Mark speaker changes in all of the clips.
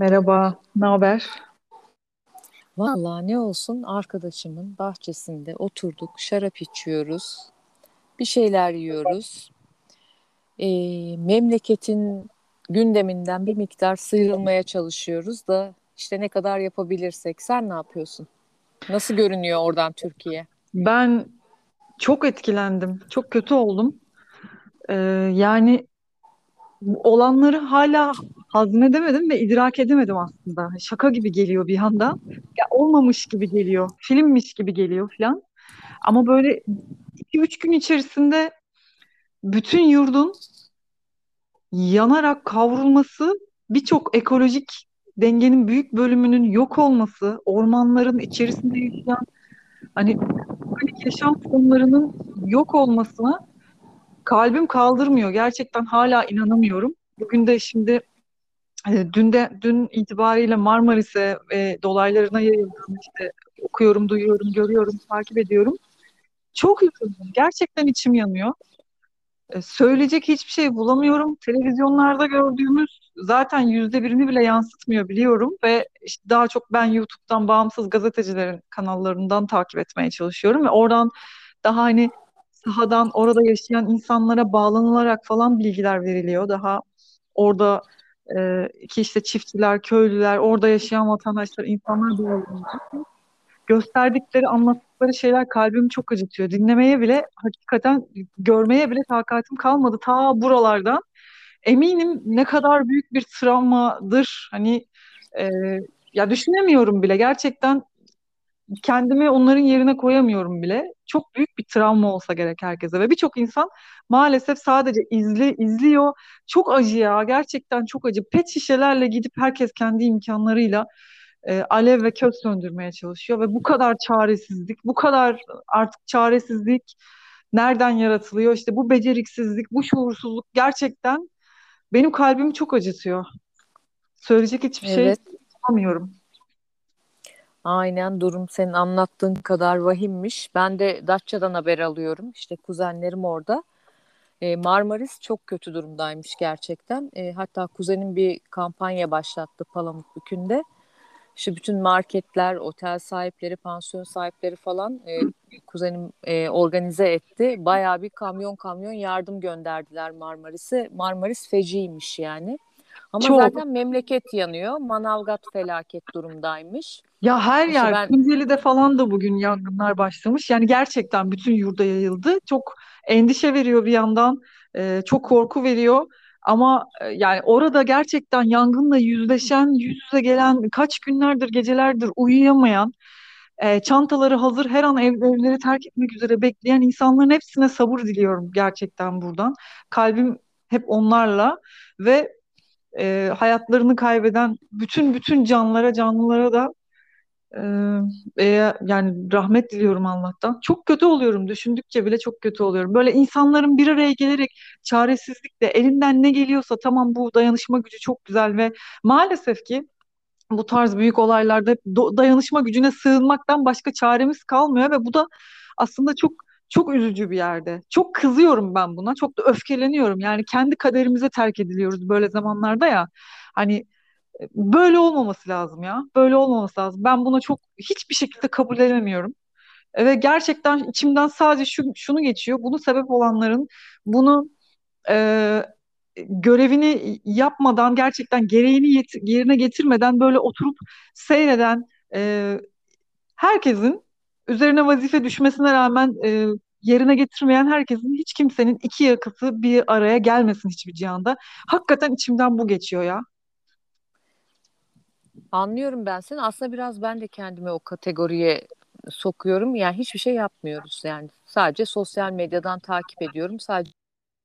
Speaker 1: Merhaba, ne haber?
Speaker 2: Vallahi ne olsun arkadaşımın bahçesinde oturduk, şarap içiyoruz, bir şeyler yiyoruz. Memleketin gündeminden bir miktar sıyrılmaya çalışıyoruz da işte ne kadar yapabilirsek. Sen ne yapıyorsun? Nasıl görünüyor oradan Türkiye?
Speaker 1: Ben çok etkilendim, çok kötü oldum. Ee, yani olanları hala hazmedemedim ve idrak edemedim aslında. Şaka gibi geliyor bir anda. Ya olmamış gibi geliyor, filmmiş gibi geliyor falan. Ama böyle 2-3 gün içerisinde bütün yurdun yanarak kavrulması, birçok ekolojik dengenin büyük bölümünün yok olması, ormanların içerisinde yaşayan hani organik yaşam formlarının yok olmasına kalbim kaldırmıyor. Gerçekten hala inanamıyorum. Bugün de şimdi dün itibariyle Marmaris'e ve dolaylarına yayıldığını işte okuyorum, duyuyorum, görüyorum, takip ediyorum. Çok üzüldüm. Gerçekten içim yanıyor. Söyleyecek hiçbir şey bulamıyorum. Televizyonlarda gördüğümüz zaten %1'ini bile yansıtmıyor biliyorum ve işte daha çok ben YouTube'dan bağımsız gazetecilerin kanallarından takip etmeye çalışıyorum ve oradan daha hani sahadan orada yaşayan insanlara bağlanılarak falan bilgiler veriliyor. Daha orada ki işte çiftçiler, köylüler, orada yaşayan vatandaşlar, insanlar bağlanıyor. Gösterdikleri, anlattıkları şeyler kalbimi çok acıtıyor. Dinlemeye bile, hakikaten görmeye bile takatim kalmadı ta buralardan. Eminim ne kadar büyük bir travmadır. Hani e, ya düşünemiyorum bile. Gerçekten kendimi onların yerine koyamıyorum bile. Çok büyük bir travma olsa gerek herkese ve birçok insan maalesef sadece izliyor. Çok acı ya, gerçekten çok acı. Pet şişelerle gidip herkes kendi imkanlarıyla alev ve köz söndürmeye çalışıyor ve bu kadar çaresizlik, bu kadar artık çaresizlik nereden yaratılıyor? İşte bu beceriksizlik, bu şuursuzluk gerçekten benim kalbimi çok acıtıyor. Söyleyecek hiçbir şey
Speaker 2: Evet,
Speaker 1: bulamıyorum.
Speaker 2: aynen durum senin anlattığın kadar vahimmiş. Ben de Datça'dan haber alıyorum. İşte kuzenlerim orada. Marmaris çok kötü durumdaymış gerçekten. Hatta kuzenim bir kampanya başlattı Palamutbükü'nde. İşte bütün marketler, otel sahipleri, pansiyon sahipleri falan kuzenim organize etti. Bayağı bir kamyon kamyon yardım gönderdiler Marmaris'e. Marmaris feciymiş yani. Ama
Speaker 1: Çok.
Speaker 2: zaten memleket yanıyor. Manavgat felaket durumdaymış.
Speaker 1: Ya her
Speaker 2: İşte
Speaker 1: yer,
Speaker 2: ben
Speaker 1: Tunceli'de falan da bugün yangınlar başlamış. Yani gerçekten bütün yurda yayıldı. Çok endişe veriyor bir yandan, çok korku veriyor. Ama yani orada gerçekten yangınla yüzleşen, yüz yüze gelen, kaç günlerdir, gecelerdir uyuyamayan, çantaları hazır, her an evleri terk etmek üzere bekleyen insanların hepsine sabır diliyorum gerçekten buradan. Kalbim hep onlarla ve hayatlarını kaybeden bütün canlılara, canlılara da yani rahmet diliyorum Allah'tan. Çok kötü oluyorum. Düşündükçe bile çok kötü oluyorum. Böyle insanların bir araya gelerek çaresizlikle elinden ne geliyorsa tamam, bu dayanışma gücü çok güzel ve maalesef ki bu tarz büyük olaylarda hep dayanışma gücüne sığınmaktan başka çaremiz kalmıyor ve bu da aslında çok çok üzücü bir yerde. Çok kızıyorum ben buna. Çok da öfkeleniyorum. Yani kendi kaderimize terk ediliyoruz böyle zamanlarda ya. Hani böyle olmaması lazım ya. Böyle olmaması lazım. Ben buna çok hiçbir şekilde kabul edemiyorum. Ve gerçekten içimden sadece şunu geçiyor. Bunu sebep olanların bunu e, görevini yapmadan, gerçekten gereğini yerine getirmeden böyle oturup seyreden herkesin, üzerine vazife düşmesine rağmen yerine getirmeyen herkesin, hiç kimsenin iki yakası bir araya gelmesin hiçbir cihanda. Hakikaten içimden bu geçiyor ya.
Speaker 2: anlıyorum ben seni. Aslında biraz ben de kendimi o kategoriye sokuyorum. Yani hiçbir şey yapmıyoruz yani. Sadece sosyal medyadan takip ediyorum. Sadece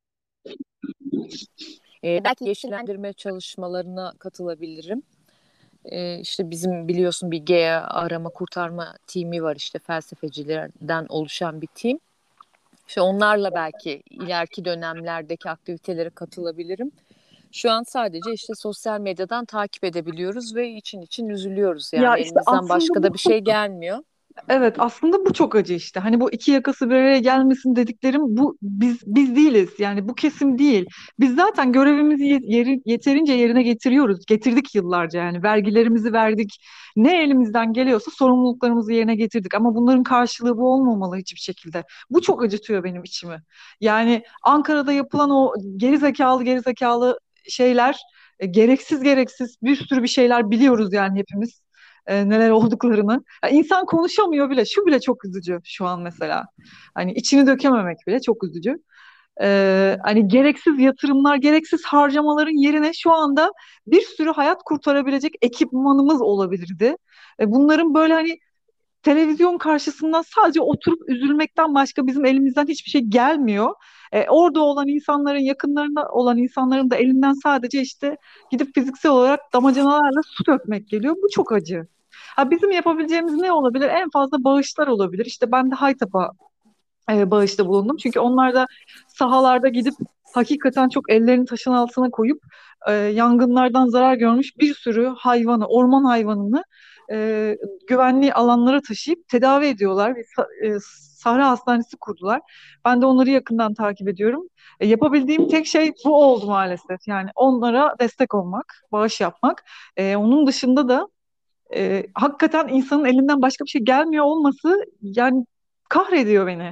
Speaker 2: belki yeşillendirme çalışmalarına katılabilirim. İşte bizim biliyorsun bir G arama kurtarma timi var, işte felsefecilerden oluşan bir tim. İşte onlarla belki ileriki dönemlerdeki aktivitelere katılabilirim. Şu an sadece işte sosyal medyadan takip edebiliyoruz ve için için üzülüyoruz
Speaker 1: Ya
Speaker 2: yani
Speaker 1: işte
Speaker 2: elimizden
Speaker 1: aslında
Speaker 2: başka
Speaker 1: bu
Speaker 2: da bir şey gelmiyor.
Speaker 1: Evet, aslında bu çok acı işte. Hani bu iki yakası bir araya gelmesin dediklerim, bu biz değiliz. Yani bu kesim değil. Biz zaten görevimizi yeterince yerine getiriyoruz. Getirdik yıllarca, yani vergilerimizi verdik. Ne elimizden geliyorsa sorumluluklarımızı yerine getirdik. Ama bunların karşılığı bu olmamalı hiçbir şekilde. Bu çok acıtıyor benim içimi. Yani Ankara'da yapılan o geri zekalı şeyler, gereksiz gereksiz bir sürü bir şeyler biliyoruz yani hepimiz, neler olduklarını. Ya insan konuşamıyor bile. Şu bile çok üzücü şu an mesela. Hani içini dökememek bile çok üzücü. Hani gereksiz yatırımlar, gereksiz harcamaların yerine şu anda bir sürü hayat kurtarabilecek ekipmanımız olabilirdi. Bunların böyle hani televizyon karşısında sadece oturup üzülmekten başka bizim elimizden hiçbir şey gelmiyor. Orada olan insanların, yakınlarında olan insanların da elinden sadece işte gidip fiziksel olarak damacanalarla su dökmek geliyor. Bu çok acı. Ha, bizim yapabileceğimiz ne olabilir? En fazla bağışlar olabilir. İşte ben de Haytap'a bağışta bulundum. Çünkü onlar da sahalarda gidip hakikaten çok ellerini taşın altına koyup yangınlardan zarar görmüş bir sürü hayvanı, orman hayvanını e, güvenli alanlara taşıyıp tedavi ediyorlar. Sahra hastanesi kurdular. Ben de onları yakından takip ediyorum. Yapabildiğim tek şey bu oldu maalesef. Yani onlara destek olmak, bağış yapmak. Onun dışında da hakikaten insanın elinden başka bir şey gelmiyor olması yani kahrediyor beni.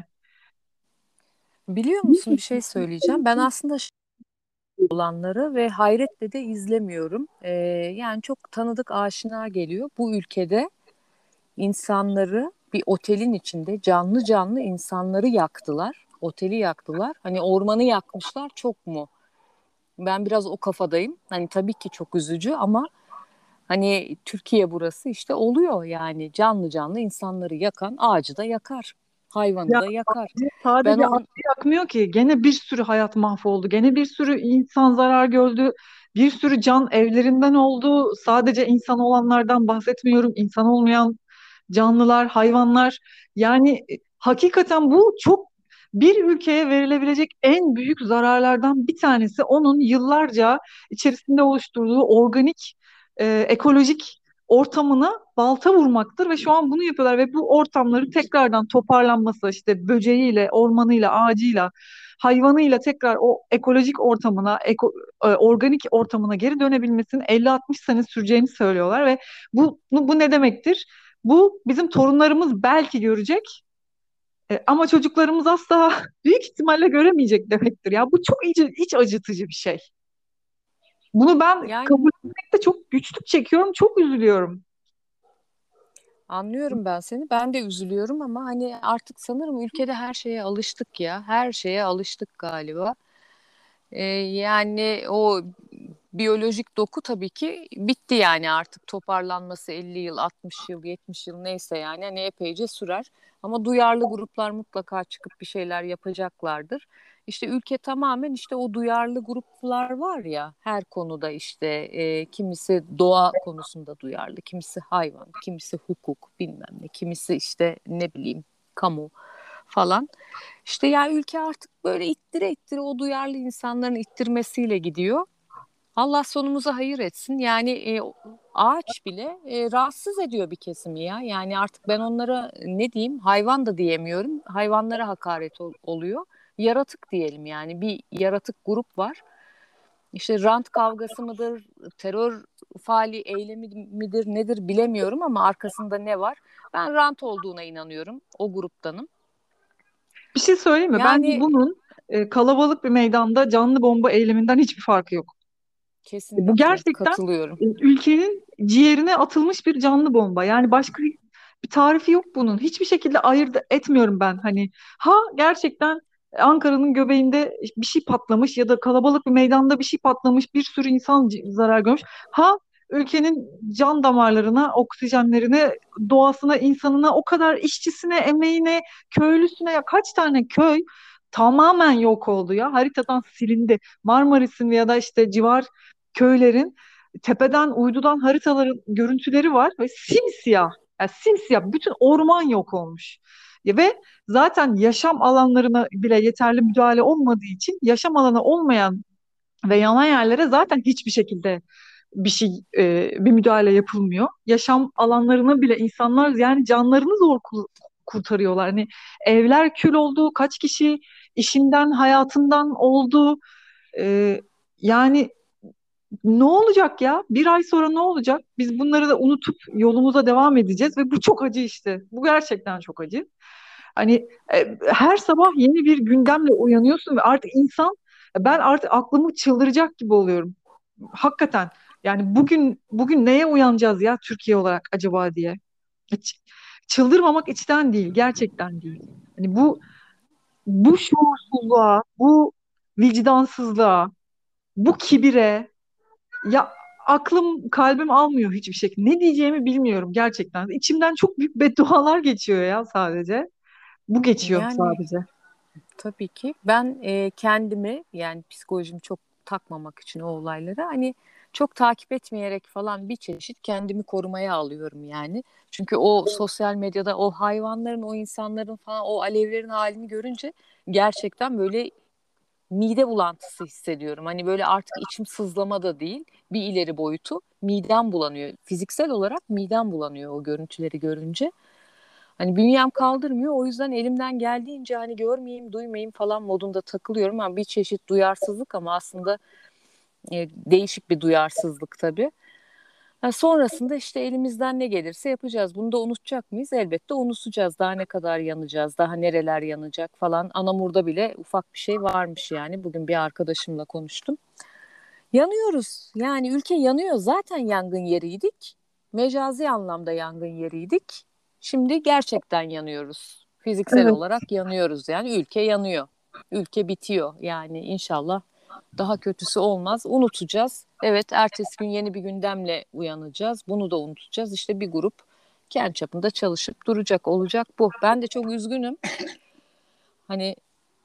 Speaker 2: Biliyor musun, bir şey söyleyeceğim. Ben aslında olanları ve hayretle de izlemiyorum. Yani çok tanıdık, aşina geliyor. Bu ülkede insanları bir otelin içinde canlı canlı insanları yaktılar. Oteli yaktılar. Hani ormanı yakmışlar, çok mu? Ben biraz o kafadayım. Hani tabii ki çok üzücü ama hani Türkiye burası, işte oluyor yani. Canlı canlı insanları yakan ağacı da yakar. Hayvanı
Speaker 1: Ya
Speaker 2: da yakar. Ben
Speaker 1: sadece
Speaker 2: on
Speaker 1: ağacı yakmıyor ki. Gene bir sürü hayat mahvoldu. Gene bir sürü insan zarar gördü. Bir sürü can evlerinden oldu. Sadece insan olanlardan bahsetmiyorum. İnsan olmayan canlılar, hayvanlar. Yani hakikaten bu çok, bir ülkeye verilebilecek en büyük zararlardan bir tanesi, onun yıllarca içerisinde oluşturduğu organik, ekolojik ortamına balta vurmaktır ve şu an bunu yapıyorlar ve bu ortamları tekrardan toparlanması, işte böceğiyle, ormanıyla, ağacıyla, hayvanıyla tekrar o ekolojik ortamına, organik ortamına geri dönebilmesinin 50-60 sene süreceğini söylüyorlar ve bu ne demektir? Bu bizim torunlarımız belki görecek, ama çocuklarımız asla büyük ihtimalle göremeyecek demektir. Ya bu çok iç acıtıcı bir şey. Bunu ben kabul
Speaker 2: yani
Speaker 1: etmekte çok güçlük çekiyorum, çok üzülüyorum.
Speaker 2: anlıyorum ben seni. Ben de üzülüyorum ama hani artık sanırım ülkede her şeye alıştık ya. Her şeye alıştık galiba. Yani o biyolojik doku tabii ki bitti, yani artık toparlanması 50 yıl, 60 yıl, 70 yıl neyse, yani hani epeyce sürer. Ama duyarlı gruplar mutlaka çıkıp bir şeyler yapacaklardır. İşte ülke tamamen, işte o duyarlı gruplar var ya her konuda, işte kimisi doğa konusunda duyarlı, kimisi hayvan, kimisi hukuk bilmem ne, kimisi işte ne bileyim kamu falan. İşte ya ülke artık böyle ittire ittire o duyarlı insanların ittirmesiyle gidiyor. Allah sonumuza hayır etsin. Yani ağaç bile rahatsız ediyor bir kesimi ya. Yani artık ben onlara ne diyeyim? Hayvan da diyemiyorum. Hayvanlara hakaret oluyor. Yaratık diyelim yani. Bir yaratık grup var. İşte rant kavgası mıdır, terör faali eylemi midir, nedir bilemiyorum ama arkasında ne var? Ben rant olduğuna inanıyorum. O gruptanım.
Speaker 1: Bir şey söyleyeyim mi? Bence
Speaker 2: Yani
Speaker 1: bunun kalabalık bir meydanda canlı bomba eyleminden hiçbir farkı yok. Bu
Speaker 2: kesinlikle
Speaker 1: gerçekten
Speaker 2: katılıyorum.
Speaker 1: ülkenin ciğerine atılmış bir canlı bomba. Yani başka bir tarifi yok bunun. Hiçbir şekilde ayırt etmiyorum ben. Hani ha gerçekten Ankara'nın göbeğinde bir şey patlamış ya da kalabalık bir meydanda bir şey patlamış, bir sürü insan zarar görmüş. Ha ülkenin can damarlarına, oksijenlerine, doğasına, insanına, o kadar işçisine, emeğine, köylüsüne, ya kaç tane köy tamamen yok oldu ya. Haritadan silindi. Marmaris'in ya da işte civar köylerin tepeden uydudan haritaların görüntüleri var ve simsiyah. Yani simsiyah bütün orman yok olmuş. Ve zaten yaşam alanlarına bile yeterli müdahale olmadığı için yaşam alanı olmayan ve yanan yerlere zaten hiçbir şekilde bir müdahale yapılmıyor. Yaşam alanlarını bile insanlar yani canlarını zor kurtarıyorlar. Hani evler kül oldu, kaç kişi işinden, hayatından oldu. E, Yani ne olacak ya? Bir ay sonra ne olacak? Biz bunları da unutup yolumuza devam edeceğiz ve bu çok acı işte. Bu gerçekten çok acı. Hani her sabah yeni bir gündemle uyanıyorsun ve artık ben artık aklımı çıldıracak gibi oluyorum. Hakikaten yani bugün neye uyanacağız ya Türkiye olarak acaba diye. Hiç çıldırmamak içten değil, gerçekten değil. Hani bu şuursuzluğa, bu vicdansızlığa, bu kibire ya aklım kalbim almıyor hiçbir şekilde. Ne diyeceğimi bilmiyorum gerçekten. İçimden çok büyük beddualar geçiyor ya sadece. Bu geçiyor
Speaker 2: Yani
Speaker 1: sadece.
Speaker 2: tabii ki ben kendimi yani psikolojimi çok takmamak için o olaylara hani çok takip etmeyerek falan bir çeşit kendimi korumaya alıyorum yani. Çünkü o sosyal medyada o hayvanların, o insanların falan o alevlerin halini görünce gerçekten böyle mide bulantısı hissediyorum. Hani böyle artık içim sızlama da değil, bir ileri boyutu midem bulanıyor. Fiziksel olarak midem bulanıyor o görüntüleri görünce. Hani bünyem kaldırmıyor. O yüzden elimden geldiğince hani görmeyeyim, duymayayım falan modunda takılıyorum. Yani bir çeşit duyarsızlık ama aslında değişik bir duyarsızlık tabii. Ha, sonrasında işte elimizden ne gelirse yapacağız. Bunu da unutacak mıyız? Elbette unutacağız. Daha ne kadar yanacağız, daha nereler yanacak falan. Anamur'da bile ufak bir şey varmış yani. Bugün bir arkadaşımla konuştum. Yanıyoruz. Yani ülke yanıyor. Zaten yangın yeriydik. Mecazi anlamda yangın yeriydik. Şimdi gerçekten yanıyoruz. Fiziksel
Speaker 1: Evet,
Speaker 2: olarak yanıyoruz. Yani ülke yanıyor. Ülke bitiyor. Yani inşallah daha kötüsü olmaz. Unutacağız. Evet, ertesi gün yeni bir gündemle uyanacağız. Bunu da unutacağız. İşte bir grup kendi çapında çalışıp duracak. Olacak bu. Ben de çok üzgünüm. Hani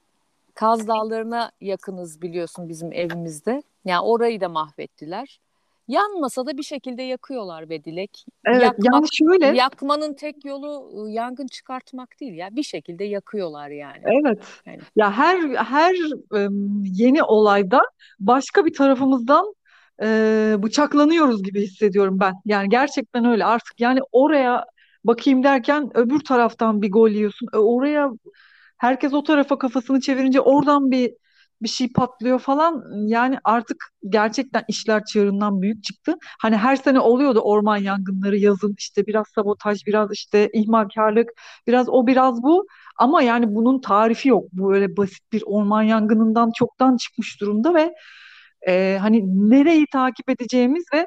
Speaker 2: Kaz Dağları'na yakınız biliyorsun bizim evimizde. Yani orayı da mahvettiler. Yanmasa da bir şekilde yakıyorlar be Dilek.
Speaker 1: evet. Yani şöyle,
Speaker 2: Yakmanın tek yolu yangın çıkartmak değil ya. Bir şekilde yakıyorlar yani.
Speaker 1: evet.
Speaker 2: Yani
Speaker 1: Ya her yeni olayda başka bir tarafımızdan bıçaklanıyoruz gibi hissediyorum ben. Yani gerçekten öyle. Artık yani oraya bakayım derken öbür taraftan bir gol yiyorsun. Oraya herkes o tarafa kafasını çevirince oradan bir şey patlıyor falan. Yani artık gerçekten işler çığırından büyük çıktı. Hani her sene oluyordu orman yangınları yazın işte biraz sabotaj, biraz işte ihmalkarlık, biraz o biraz bu. Ama yani bunun tarifi yok. Bu öyle basit bir orman yangınından çoktan çıkmış durumda ve hani nereyi takip edeceğimiz ve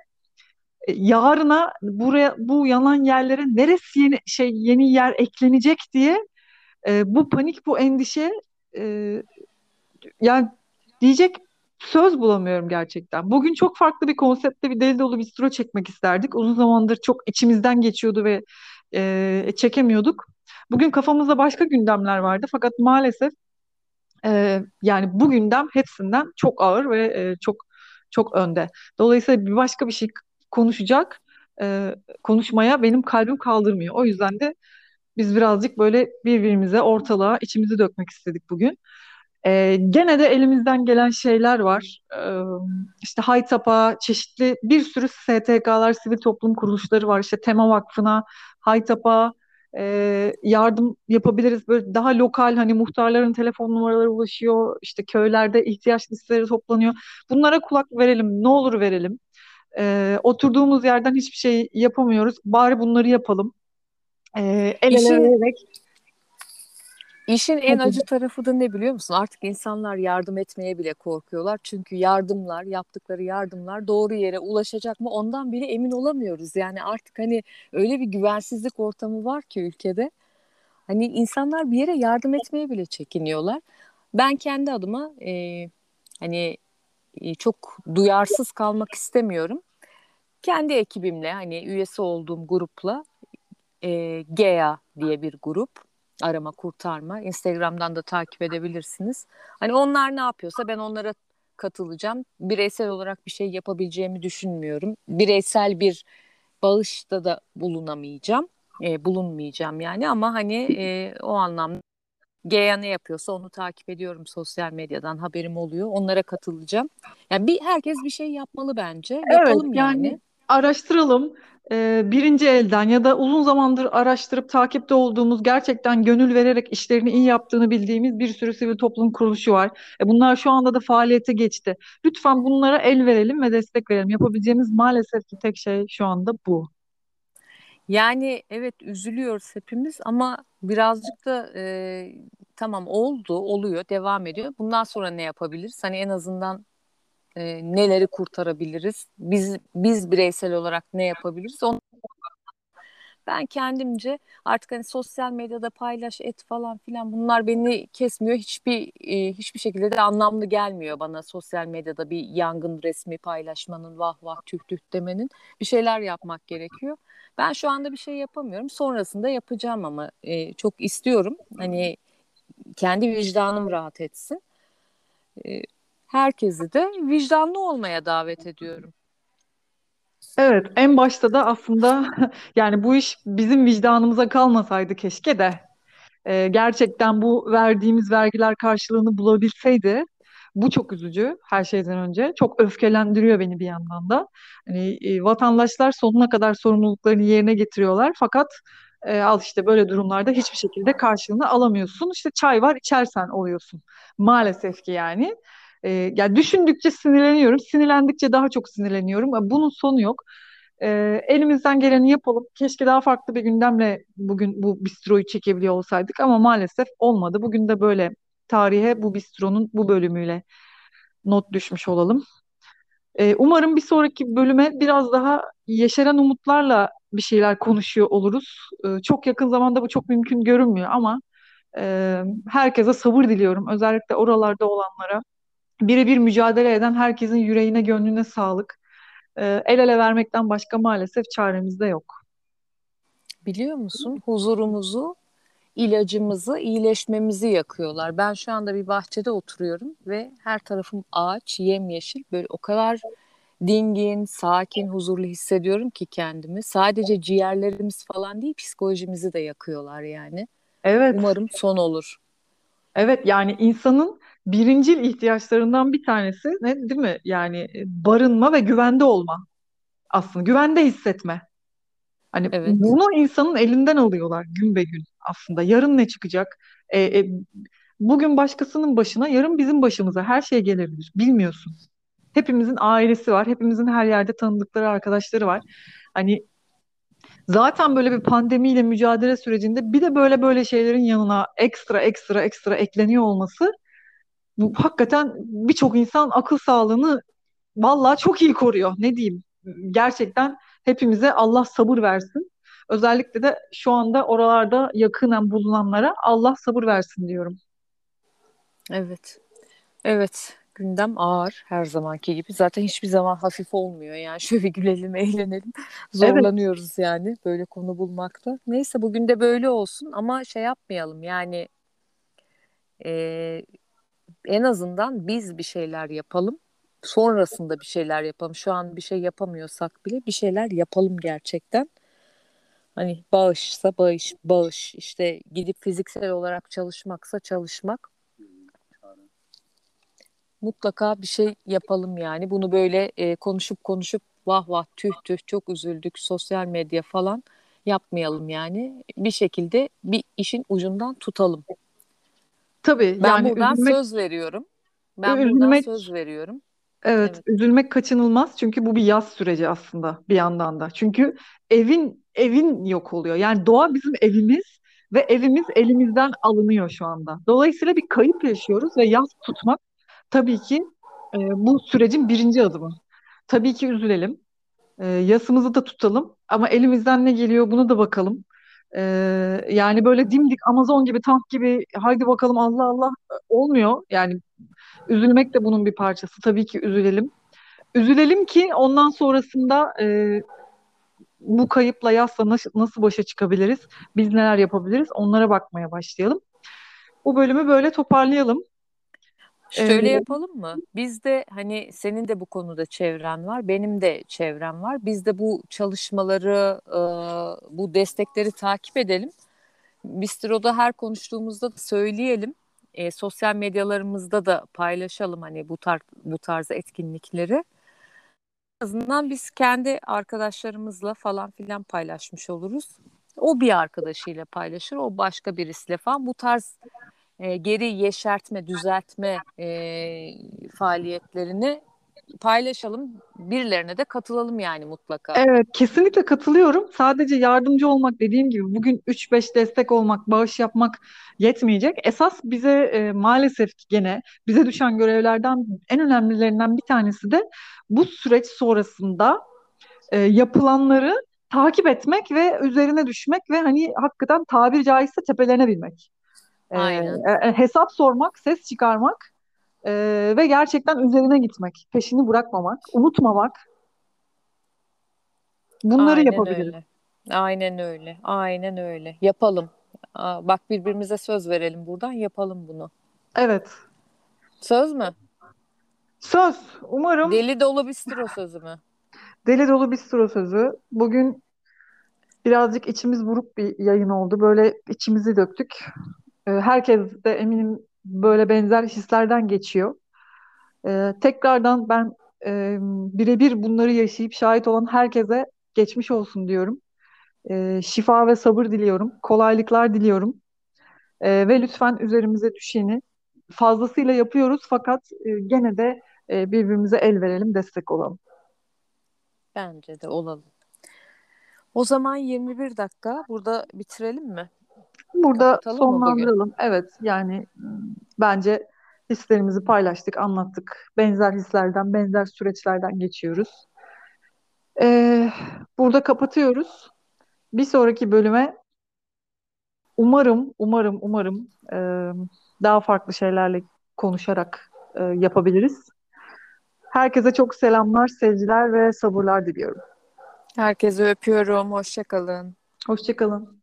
Speaker 1: yarına buraya bu yanan yerlere neresi yeni yer eklenecek diye bu panik, bu endişe, e, yani diyecek söz bulamıyorum gerçekten. Bugün çok farklı bir konseptte bir deli dolu bistro çekmek isterdik. Uzun zamandır çok içimizden geçiyordu ve çekemiyorduk. Bugün kafamızda başka gündemler vardı fakat maalesef yani bu gündem hepsinden çok ağır ve çok önde. Dolayısıyla bir başka bir şey konuşacak, konuşmaya benim kalbim kaldırmıyor. O yüzden de biz birazcık böyle birbirimize ortalığa içimizi dökmek istedik bugün. Gene de elimizden gelen şeyler var. İşte Haytap'a, çeşitli bir sürü STK'lar, sivil toplum kuruluşları var. İşte Tema Vakfı'na, Haytap'a yardım yapabiliriz. Böyle daha lokal hani muhtarların telefon numaraları ulaşıyor. İşte köylerde ihtiyaç listeleri toplanıyor. Bunlara kulak verelim, ne olur verelim. Oturduğumuz yerden hiçbir şey yapamıyoruz. Bari bunları yapalım. El ele
Speaker 2: işin
Speaker 1: vererek.
Speaker 2: İşin en acı tarafı da ne biliyor musun? Artık insanlar yardım etmeye bile korkuyorlar. Çünkü yaptıkları yardımlar doğru yere ulaşacak mı? Ondan bile emin olamıyoruz. Yani artık hani öyle bir güvensizlik ortamı var ki ülkede. Hani insanlar bir yere yardım etmeye bile çekiniyorlar. Ben kendi adıma hani çok duyarsız kalmak istemiyorum. Kendi ekibimle hani üyesi olduğum grupla GEA diye bir grup. Arama kurtarma. Instagram'dan da takip edebilirsiniz. Hani onlar ne yapıyorsa ben onlara katılacağım. Bireysel olarak bir şey yapabileceğimi düşünmüyorum. Bireysel bir bağışta da bulunmayacağım yani ama hani o anlamda Geya ne yapıyorsa onu takip ediyorum, sosyal medyadan haberim oluyor. Onlara katılacağım. Yani bir herkes bir şey yapmalı bence.
Speaker 1: Evet,
Speaker 2: Yapalım
Speaker 1: yani
Speaker 2: yani.
Speaker 1: araştıralım. Birinci elden ya da uzun zamandır araştırıp takipte olduğumuz, gerçekten gönül vererek işlerini iyi yaptığını bildiğimiz bir sürü sivil toplum kuruluşu var. Bunlar şu anda da faaliyete geçti. Lütfen bunlara el verelim ve destek verelim. Yapabileceğimiz maalesef ki tek şey şu anda bu.
Speaker 2: Yani evet, üzülüyoruz hepimiz ama birazcık da tamam, oldu, oluyor, devam ediyor. Bundan sonra ne yapabiliriz? Hani en azından neleri kurtarabiliriz? Biz bireysel olarak ne yapabiliriz? Ben kendimce artık hani sosyal medyada paylaş et falan filan, bunlar beni kesmiyor. Hiçbir şekilde de anlamlı gelmiyor bana sosyal medyada bir yangın resmi paylaşmanın, vah vah tüh tüh demenin. Bir şeyler yapmak gerekiyor. Ben şu anda bir şey yapamıyorum. Sonrasında yapacağım ama çok istiyorum. Hani kendi vicdanım rahat etsin. E, Herkesi de vicdanlı olmaya davet ediyorum.
Speaker 1: Evet, en başta da aslında yani bu iş bizim vicdanımıza kalmasaydı keşke de. Gerçekten bu verdiğimiz vergiler karşılığını bulabilseydi, bu çok üzücü her şeyden önce. Çok öfkelendiriyor beni bir yandan da. Hani vatandaşlar sonuna kadar sorumluluklarını yerine getiriyorlar. Fakat al işte böyle durumlarda hiçbir şekilde karşılığını alamıyorsun. İşte çay var içersen oluyorsun. Maalesef ki yani. Yani düşündükçe sinirleniyorum. Sinirlendikçe daha çok sinirleniyorum. Bunun sonu yok. Elimizden geleni yapalım. Keşke daha farklı bir gündemle bugün bu bistroyu çekebiliyor olsaydık ama maalesef olmadı. Bugün de böyle tarihe bu bistronun bu bölümüyle not düşmüş olalım. Umarım bir sonraki bölüme biraz daha yeşeren umutlarla bir şeyler konuşuyor oluruz. Çok yakın zamanda bu çok mümkün görünmüyor ama herkese sabır diliyorum. Özellikle oralarda olanlara. Birebir mücadele eden herkesin yüreğine, gönlüne sağlık. El ele vermekten başka maalesef çaremiz de yok.
Speaker 2: Biliyor musun? Huzurumuzu, ilacımızı, iyileşmemizi yakıyorlar. Ben şu anda bir bahçede oturuyorum ve her tarafım ağaç, yemyeşil. Böyle o kadar dingin, sakin, huzurlu hissediyorum ki kendimi. Sadece ciğerlerimiz falan değil, psikolojimizi de yakıyorlar yani.
Speaker 1: Evet,
Speaker 2: Umarım son olur.
Speaker 1: evet yani insanın birincil ihtiyaçlarından bir tanesi ne değil mi? Yani barınma ve güvende olma aslında. Güvende hissetme. Hani
Speaker 2: Evet,
Speaker 1: bunu insanın elinden alıyorlar gün be gün aslında. Yarın ne çıkacak? Bugün başkasının başına, yarın bizim başımıza her şey gelebilir. Bilmiyorsun. Hepimizin ailesi var. Hepimizin her yerde tanıdıkları arkadaşları var. Hani zaten böyle bir pandemiyle mücadele sürecinde bir de böyle şeylerin yanına ekstra ekleniyor olması, bu hakikaten birçok insan akıl sağlığını vallahi çok iyi koruyor. Ne diyeyim? Gerçekten hepimize Allah sabır versin. Özellikle de şu anda oralarda yakinen bulunanlara Allah sabır versin diyorum.
Speaker 2: evet, evet. Gündem ağır her zamanki gibi. Zaten hiçbir zaman hafif olmuyor yani. Şöyle gülelim, eğlenelim.
Speaker 1: Evet,
Speaker 2: Zorlanıyoruz yani böyle konu bulmakta. Neyse, bugün de böyle olsun ama şey yapmayalım yani, en azından biz bir şeyler yapalım. Sonrasında bir şeyler yapalım. Şu an bir şey yapamıyorsak bile bir şeyler yapalım gerçekten. Hani bağışsa bağış, bağış, işte gidip fiziksel olarak çalışmaksa çalışmak. Mutlaka bir şey yapalım yani. Bunu böyle konuşup konuşup vah vah tüh tüh çok üzüldük sosyal medya falan yapmayalım yani. Bir şekilde bir işin ucundan tutalım.
Speaker 1: tabii
Speaker 2: Ben
Speaker 1: yani
Speaker 2: buradan söz veriyorum. Ben buradan
Speaker 1: üzülmek,
Speaker 2: söz veriyorum.
Speaker 1: evet,
Speaker 2: Evet.
Speaker 1: üzülmek kaçınılmaz çünkü bu bir yaz süreci aslında bir yandan da. Çünkü evin yok oluyor. Yani doğa bizim evimiz ve evimiz elimizden alınıyor şu anda. Dolayısıyla bir kayıp yaşıyoruz ve yaz tutmak tabii ki bu sürecin birinci adımı. Tabii ki üzülelim. Yasımızı da tutalım ama elimizden ne geliyor buna da bakalım. E, Yani böyle dimdik Amazon gibi, tank gibi haydi bakalım Allah Allah olmuyor. Yani üzülmek de bunun bir parçası. Tabii ki üzülelim. Üzülelim ki ondan sonrasında bu kayıpla, yazla nasıl başa çıkabiliriz? Biz neler yapabiliriz? Onlara bakmaya başlayalım. Bu bölümü böyle toparlayalım.
Speaker 2: Şöyle yapalım mı? Biz de hani senin de bu konuda çevren var, benim de çevrem var. Biz de bu çalışmaları, bu destekleri takip edelim. Bistro'da her konuştuğumuzda da söyleyelim. Sosyal medyalarımızda da paylaşalım hani bu tarz etkinlikleri. En azından biz kendi arkadaşlarımızla falan filan paylaşmış oluruz. O bir arkadaşıyla paylaşır, o başka birisiyle falan. Bu tarz geri yeşertme, düzeltme faaliyetlerini paylaşalım. Birilerine de katılalım yani mutlaka.
Speaker 1: Evet, kesinlikle katılıyorum. Sadece yardımcı olmak dediğim gibi bugün 3-5 destek olmak, bağış yapmak yetmeyecek. Esas bize maalesef ki gene bize düşen görevlerden en önemlilerinden bir tanesi de bu süreç sonrasında yapılanları takip etmek ve üzerine düşmek ve hani hakikaten tabiri caizse tepelerine binmek.
Speaker 2: Aynen.
Speaker 1: Hesap sormak, ses çıkarmak ve gerçekten üzerine gitmek, peşini bırakmamak, unutmamak. Bunları
Speaker 2: Aynen
Speaker 1: yapabiliriz.
Speaker 2: öyle. Aynen öyle. Aynen öyle. Yapalım. Bak birbirimize söz verelim buradan yapalım bunu.
Speaker 1: Evet.
Speaker 2: Söz mü?
Speaker 1: Söz. Umarım
Speaker 2: Deli dolu bistro sözü mü?
Speaker 1: deli dolu bistro sözü. Bugün birazcık içimiz buruk bir yayın oldu. Böyle içimizi döktük. Herkes de eminim böyle benzer hislerden geçiyor. Tekrardan ben birebir bunları yaşayıp şahit olan herkese geçmiş olsun diyorum. Şifa ve sabır diliyorum. Kolaylıklar diliyorum. Ve lütfen üzerimize düşeni fazlasıyla yapıyoruz fakat gene de birbirimize el verelim, destek olalım.
Speaker 2: Bence de olalım. O zaman 21 dakika burada bitirelim mi?
Speaker 1: Burada
Speaker 2: Kapatalım mı bugün?
Speaker 1: sonlandıralım. Evet, yani bence hislerimizi paylaştık, anlattık. Benzer hislerden, benzer süreçlerden geçiyoruz. Ee, Burada kapatıyoruz. Bir sonraki bölüme umarım daha farklı şeylerle konuşarak yapabiliriz. Herkese çok selamlar, sevgiler ve sabırlar diliyorum.
Speaker 2: Herkese öpüyorum. Hoşça kalın.
Speaker 1: Hoşça kalın.